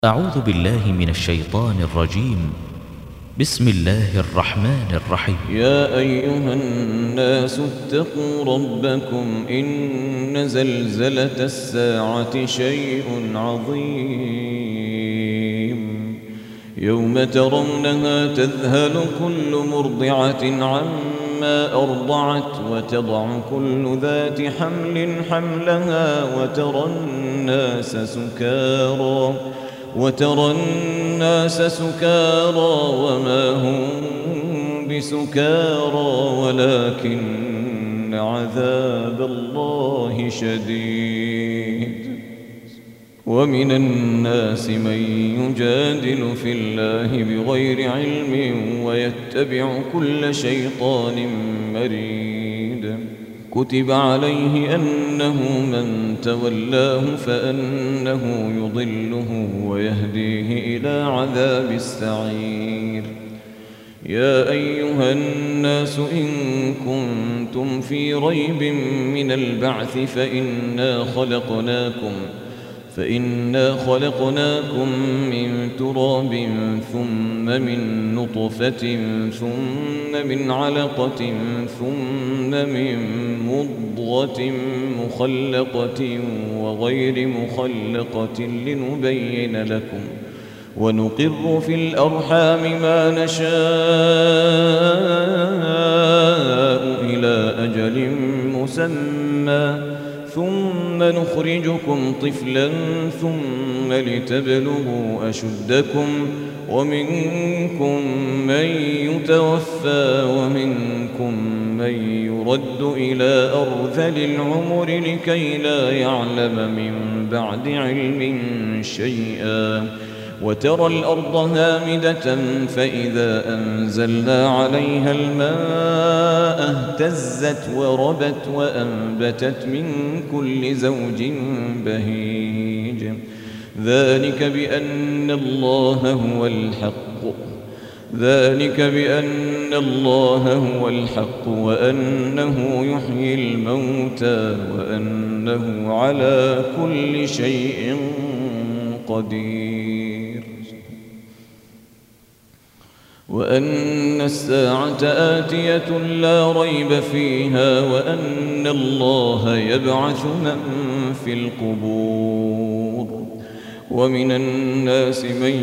أعوذ بالله من الشيطان الرجيم. بسم الله الرحمن الرحيم. يا أيها الناس اتقوا ربكم إن زلزلة الساعة شيء عظيم يوم ترونها تذهل كل مرضعة عما أرضعت وتضع كل ذات حمل حملها وترى الناس سكارى وما هم بسكارى ولكن عذاب الله شديد. ومن الناس من يجادل في الله بغير علم ويتبع كل شيطان مريد. كتب عليه أنه من تولاه فأنه يضله ويهديه إلى عذاب السعير. يا أيها الناس إن كنتم في ريب من البعث فإنا خلقناكم من تراب ثم من نطفة ثم من علقة ثم من مضغة مخلقة وغير مخلقة لنبين لكم ونقر في الأرحام ما نشاء إلى أجل مسمى ثم نخرجكم طفلا ثم لتبلغوا أشدكم ومنكم من يتوفى ومنكم من يرد إلى أرذل العمر لكي لا يعلم من بعد علم شيئا. وترى الأرض هامدة فإذا أنزلنا عليها الماء اهتزت وربت وأنبتت من كل زوج بهيج. ذلك بأن الله هو الحق وأنه يحيي الموتى وأنه على كل شيء قدير. وأن الساعة آتية لا ريب فيها وأن الله يبعث من في القبور. ومن الناس من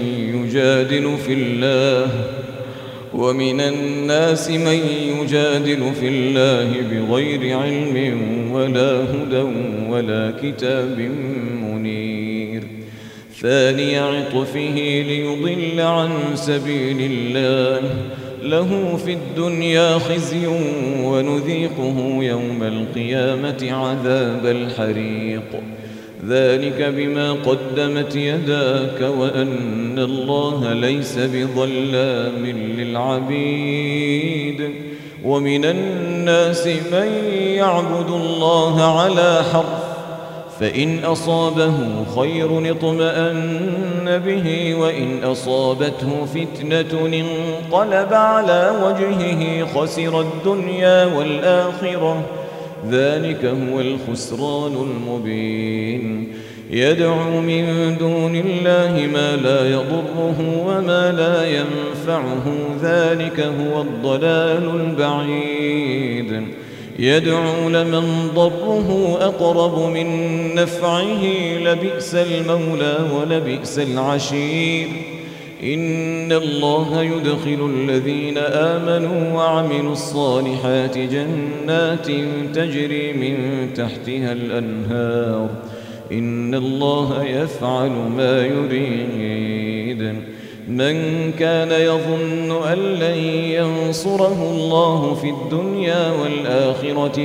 يجادل في الله بغير علم ولا هدى ولا كتاب منير. ثاني عطفه ليضل عن سبيل الله له في الدنيا خزي ونذيقه يوم القيامة عذاب الحريق. ذلك بما قدمت يداك وأن الله ليس بظلام للعبيد. ومن الناس من يعبد الله على حرف فإن أصابه خير اطمأن به وإن أصابته فتنة انقلب على وجهه خسر الدنيا والآخرة. ذلك هو الخسران المبين. يدعو من دون الله ما لا يضره وما لا ينفعه ذلك هو الضلال البعيد. يدعو لمن ضره أقرب من نفعه لبئس المولى ولبئس العشير. إن الله يدخل الذين آمنوا وعملوا الصالحات جنات تجري من تحتها الأنهار. إن الله يفعل ما يريد. من كان يظن أن لن ينصره الله في الدنيا والآخرة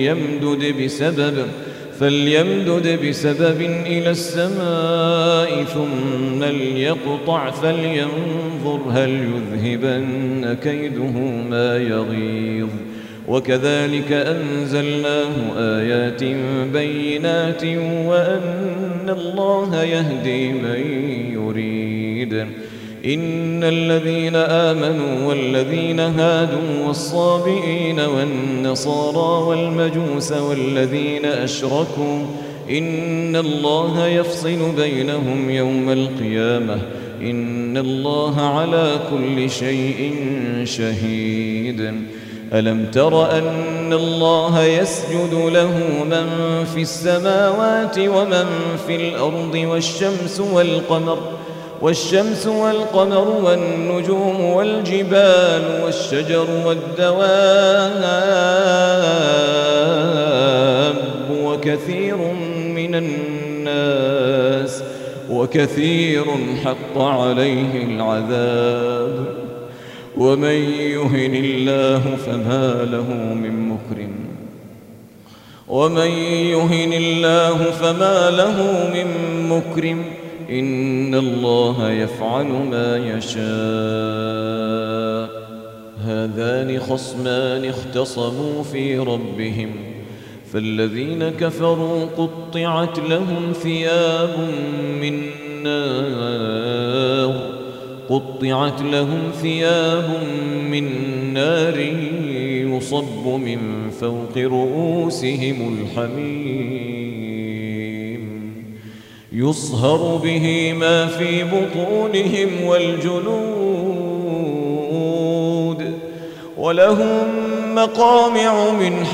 فليمدد بسبب إلى السماء ثم ليقطع فلينظر هل يذهبن كيده ما يغيظ. وكذلك أنزلناه آيات بينات وأن الله يهدي من يريد. إن الذين آمنوا والذين هادوا والصابئين والنصارى والمجوس والذين أشركوا إن الله يفصل بينهم يوم القيامة إن الله على كل شيء شهيد ألم تر أن الله يسجد له من في السماوات ومن في الأرض والشمس والقمر والنجوم والجبال والشجر والدواب وكثير حق عليه العذاب ومن يهن الله فما له من مكرم إن الله يفعل ما يشاء هذان خصمان اختصموا في ربهم فالذين كفروا قطعت لهم ثياب من نار يصب من فوق رؤوسهم الحميم يصهر به ما في بطونهم والجلود ولهم مقامع من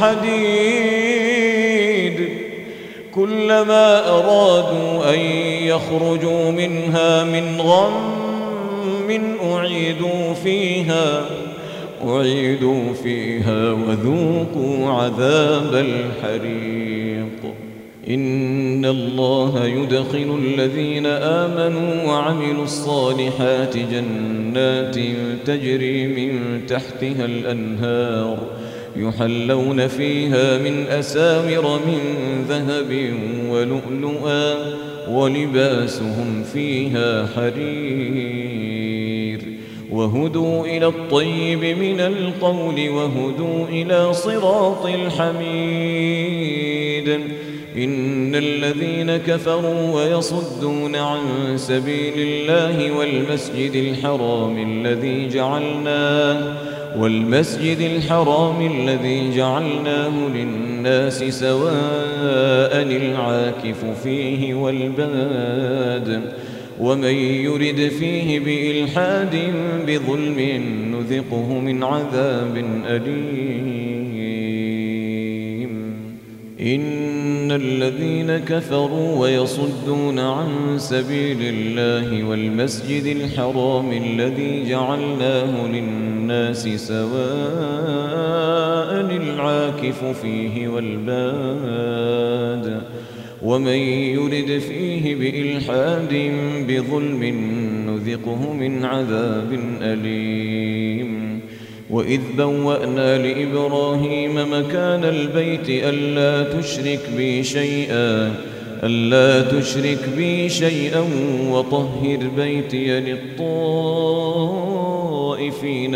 حديد كلما أرادوا أن يخرجوا منها من غم أعيدوا فيها وذوقوا عذاب الحريق إن الله يدخل الذين آمنوا وعملوا الصالحات جنات تجري من تحتها الأنهار يحلون فيها من أساور من ذهب ولؤلؤا ولباسهم فيها حرير وهدوا إلى الطيب من القول وهدوا إلى صراط الحميد إن الذين كفروا ويصدون عن سبيل الله والمسجد الحرام الذي جعلناه للناس سواء العاكف فيه والباد ومن يرد فيه بإلحاد بظلم نذقه من عذاب أليم إن الذين كفروا ويصدون عن سبيل الله والمسجد الحرام الذي جعلناه للناس سواء العاكف فيه والباد ومن يرد فيه بإلحاد بظلم نذقه من عذاب أليم وإذ بوأنا لإبراهيم مكان البيت ألا تشرك بي شيئا وطهر بيتي للطائفين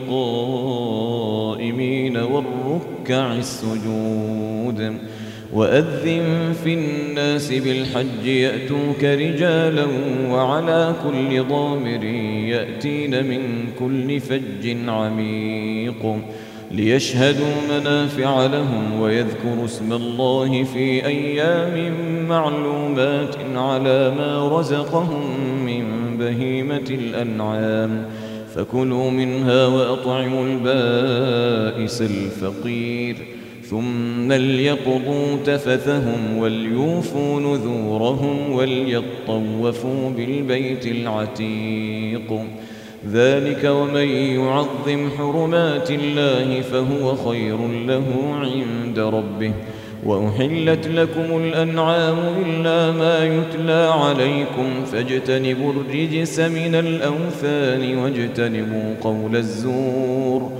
والقائمين والركع السجود وأذن في الناس بالحج يأتوك رجالا وعلى كل ضامر يأتين من كل فج عميق ليشهدوا منافع لهم ويذكروا اسم الله في أيام معلومات على ما رزقهم من بهيمة الأنعام فكلوا منها وأطعموا البائس الفقير ثم ليقضوا تفثهم وليوفوا نذورهم وليطوفوا بالبيت العتيق ذلك ومن يعظم حرمات الله فهو خير له عند ربه وأحلت لكم الأنعام إلا ما يتلى عليكم فاجتنبوا الرجس من الأوثان واجتنبوا قول الزور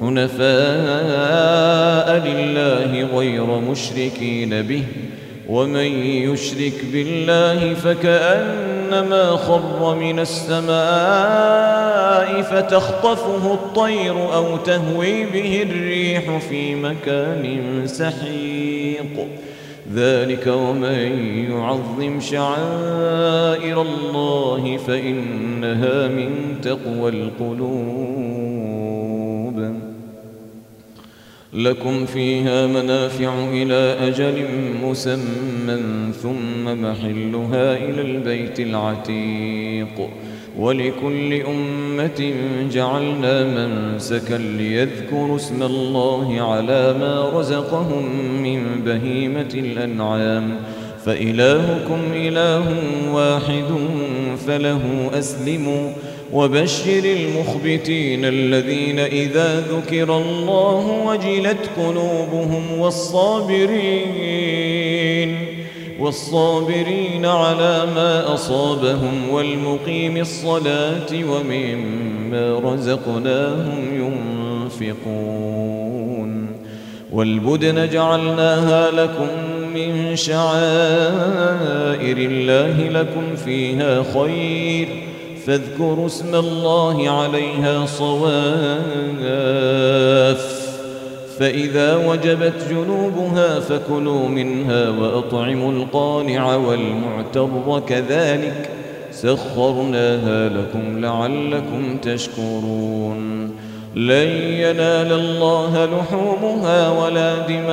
حنفاء لله غير مشركين به ومن يشرك بالله فكأنما خر من السماء فتخطفه الطير أو تهوي به الريح في مكان سحيق ذلك ومن يعظم شعائر الله فإنها من تقوى القلوب لكم فيها منافع إلى أجل مسمى ثم محلها إلى البيت العتيق ولكل أمة جعلنا منسكا ليذكروا اسم الله على ما رزقهم من بهيمة الأنعام فإلهكم إله واحد فله أسلموا وبشر المخبتين الذين إذا ذكر الله وجلت قلوبهم والصابرين على ما أصابهم والمقيم الصلاة ومما رزقناهم ينفقون والبدن جعلناها لكم من شعائر الله لكم فيها خير فاذكروا اسم الله عليها صواف فإذا وجبت جنوبها فكلوا منها وأطعموا القانع والمعتر كذلك سخرناها لكم لعلكم تشكرون لن ينال الله لحومها ولا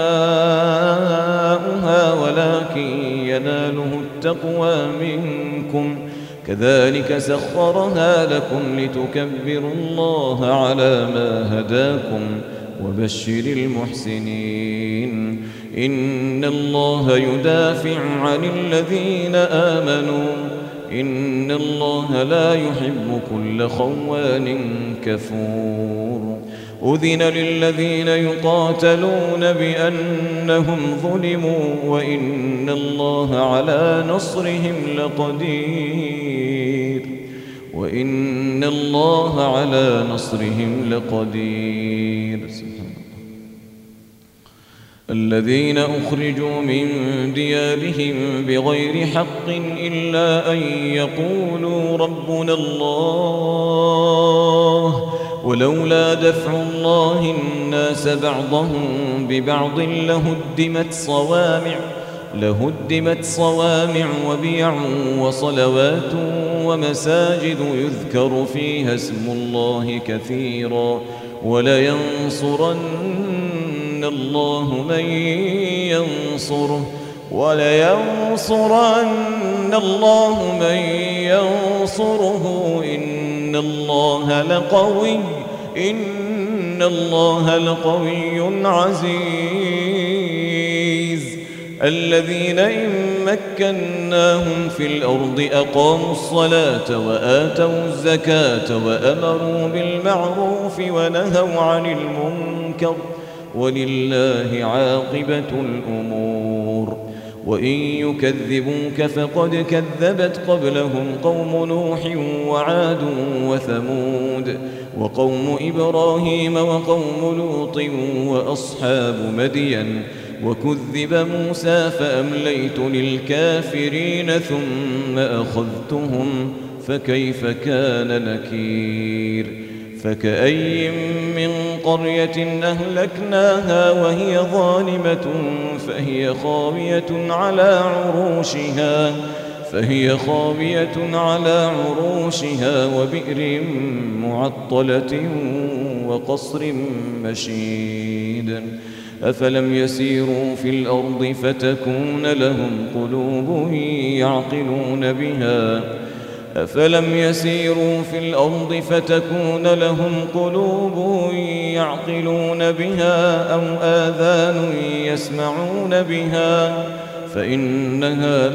دماؤها ولكن يناله التقوى منكم كذلك سخرها لكم لتكبروا الله على ما هداكم وبشر المحسنين إن الله يدافع عن الذين آمنوا إن الله لا يحب كل خوان كفور أذن للذين يقاتلون بأنهم ظلموا وإن الله على نصرهم لقدير الذين أخرجوا من ديارهم بغير حق إلا أن يقولوا ربنا الله ولولا دفع الله الناس بعضهم ببعض لهدمت صوامع وبيع وصلوات ومساجد يذكر فيها اسم الله كثيرا ولينصرن الله من ينصره إن الله لقوي عزيز الذين إن مكناهم في الأرض أقاموا الصلاة وآتوا الزكاة وأمروا بالمعروف ونهوا عن المنكر ولله عاقبة الأمور وإن يكذبوك فقد كذبت قبلهم قوم نوح وعاد وثمود وقوم إبراهيم وقوم لوط وأصحاب مدين وكذب موسى فأمليت للكافرين ثم أخذتهم فكيف كان نكير فكأي من قرية أهلكناها وهي ظالمة فهي خاوية على عروشها وبئر معطلة وقصر مشيد أفلم يسيروا في الأرض فتكون لهم قلوب يعقلون بها أو آذان يسمعون بها فإنها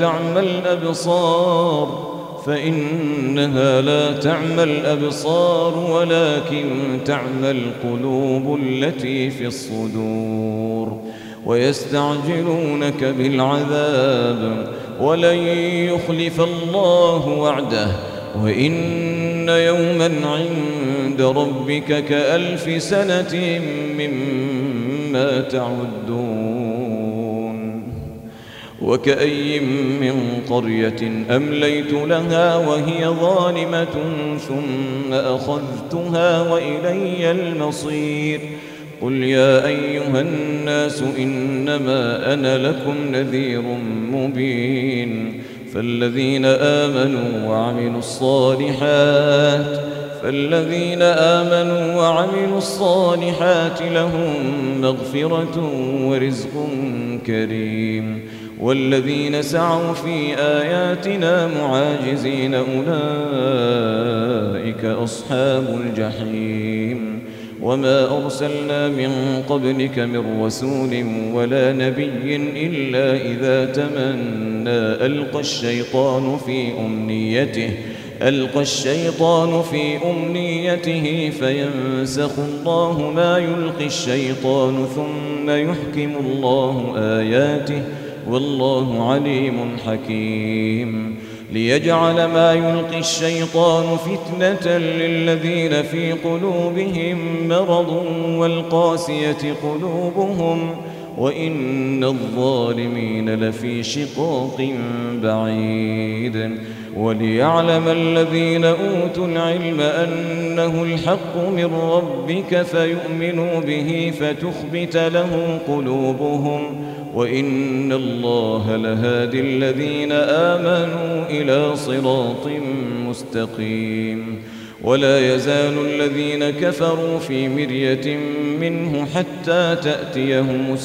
لا تعمى الأبصار ولكن تعمى القلوب التي في الصدور ويستعجلونك بالعذاب ولن يخلف الله وعده وإن يوما عند ربك كألف سنة مما تعدون وكأي من قرية أمليت لها وهي ظالمة ثم أخذتها وإلي المصير قل يا أيها الناس إنما أنا لكم نذير مبين فالذين آمنوا وعملوا الصالحات لهم مغفرة ورزق كريم. والذين سعوا في آياتنا معاجزين أولئك أصحاب الجحيم. وما أرسلنا من قبلك من رسول ولا نبي إلا إذا تمنى ألقى الشيطان في أمنيته فينسخ الله ما يلقي الشيطان ثم يحكم الله آياته والله عليم حكيم. ليجعل ما يلقي الشيطان فتنة للذين في قلوبهم مرض والقاسية قلوبهم وإن الظالمين لفي شقاق بعيد. وليعلم الذين أوتوا العلم أنه الحق من ربك فيؤمنوا به فتخبت له قلوبهم وإن الله لهادي الذين آمنوا إلى صراط مستقيم. ولا يزال الذين كفروا في مرية منه حتى تأتيهم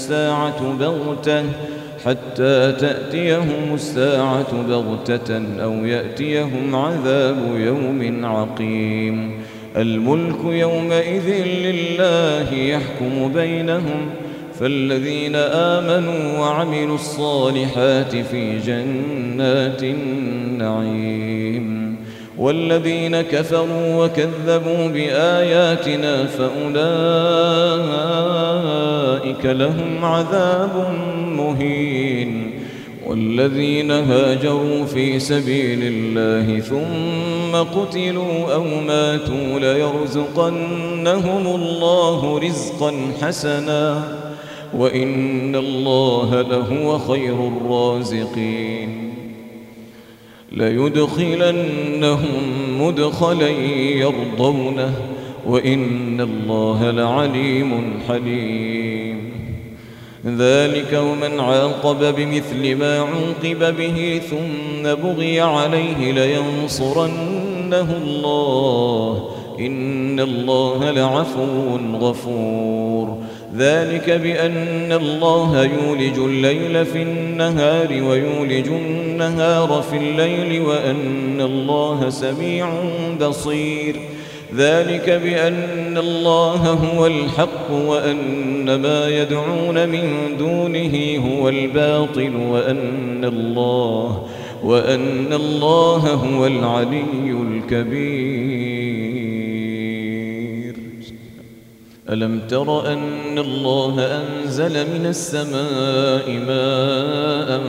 الساعة بغتة أو يأتيهم عذاب يوم عقيم. الملك يومئذ لله يحكم بينهم فالذين آمنوا وعملوا الصالحات في جنات النعيم. والذين كفروا وكذبوا بآياتنا فأولئك لهم عذاب مهين. والذين هاجروا في سبيل الله ثم قتلوا أو ماتوا ليرزقنهم الله رزقا حسنا وإن الله لهو خير الرازقين. ليدخلنهم مدخلا يرضونه وإن الله لعليم حليم. ذلك ومن عاقب بمثل ما عوقب به ثم بغي عليه لينصرنه الله إن الله لعفو غفور. ذلك بأن الله يولج الليل في النهار ويولج النهار في الليل وأن الله سميع بصير. ذلك بأن الله هو الحق وأن ما يدعون من دونه هو الباطل وأن الله هو العلي الكبير. ألم تر أن الله أنزل من السماء ماء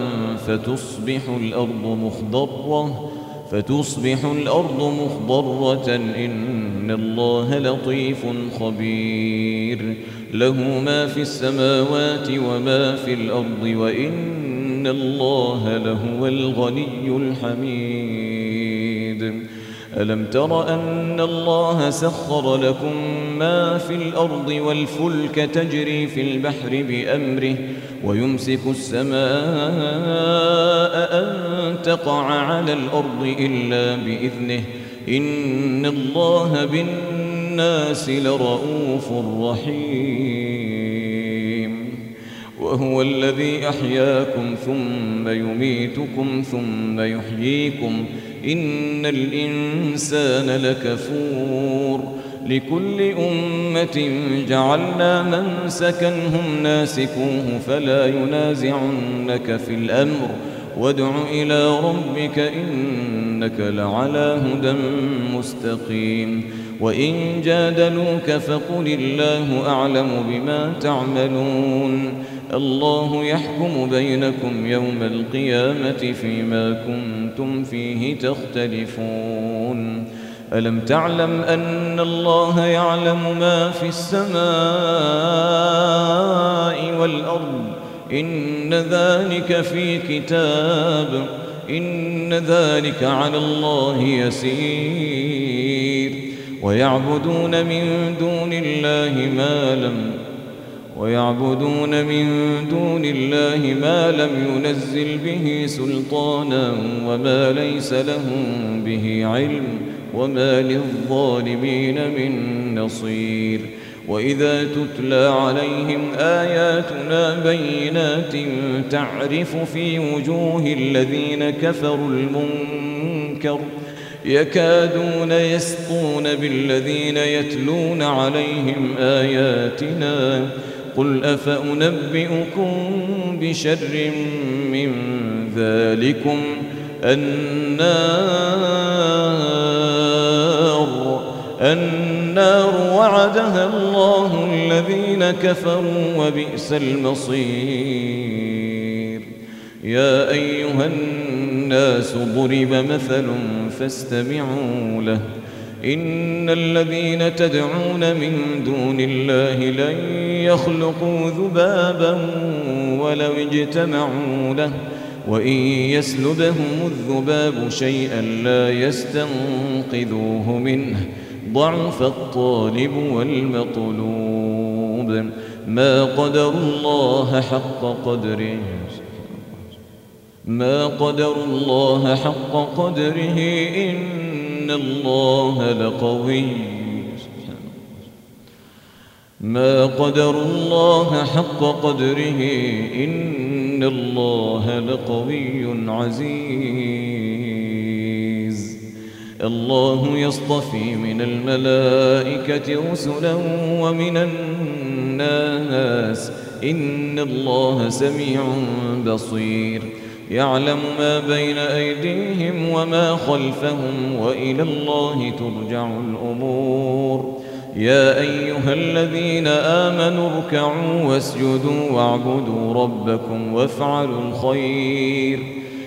فتصبح الأرض مخضرة إن الله لطيف خبير. له ما في السماوات وما في الأرض وإن الله لهو الغني الحميد. ألم تر أن الله سخر لكم ما في الأرض والفلك تجري في البحر بأمره ويمسك السماء أن تقع على الأرض إلا بإذنه إن الله بالناس لرؤوف رحيم. وهو الذي أحياكم ثم يميتكم ثم يحييكم إن الإنسان لكفور. لكل أمة جعلنا منسكا هم ناسكوه فلا ينازعنك في الأمر وادع إلى ربك إنك لعلى هدى مستقيم. وإن جادلوك فقل الله أعلم بما تعملون. الله يحكم بينكم يوم القيامة فيما كنتم فيه تختلفون. ألم تعلم أن الله يعلم ما في السماء والأرض إن ذلك في كتاب إن ذلك على الله يسير. ويعبدون من دون الله ويعبدون من دون الله ما لم ينزل به سلطانا وما ليس لهم به علم وما للظالمين من نصير. وإذا تتلى عليهم آياتنا بينات تعرف في وجوه الذين كفروا المنكر يكادون يسطون بالذين يتلون عليهم آياتنا قل أفأنبئكم بشر من ذلكم النار وعدها الله الذين كفروا وبئس المصير. يا أيها الناس ضرب مثل فاستمعوا له إن الذين تدعون من دون الله لن يخلقوا ذبابا ولو اجتمعوا له وإن يسلبهم الذباب شيئا لا يستنقذوه منه ضعف الطالب والمطلوب ما قدر الله حق قدره إن الله لقوي ما قدر الله حق قدره إن الله لقوي عزيز. الله يصطفي من الملائكة رسلا ومن الناس إن الله سميع بصير. يعلم ما بين أيديهم وما خلفهم وإلى الله ترجع الأمور. يا أيها الذين آمنوا اركعوا واسجدوا واعبدوا ربكم وافعلوا الخير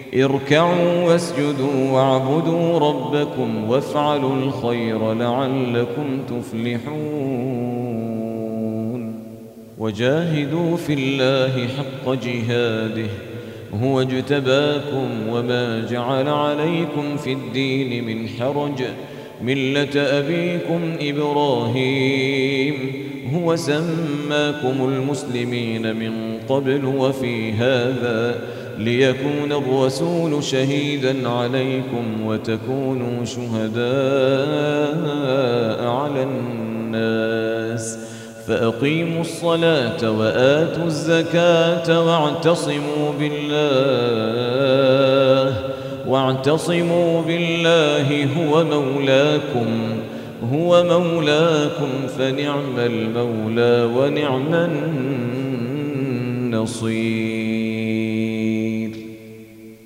لعلكم تفلحون. وجاهدوا في الله حق جهاده هو اجتباكم وما جعل عليكم في الدين من حرج ملة أبيكم إبراهيم هو سماكم المسلمين من قبل وفي هذا ليكون الرسول شهيدا عليكم وتكونوا شهداء على الناس فأقيموا الصلاة وآتوا الزكاة واعتصموا بالله هو مولاكم فنعم المولى ونعم النصير.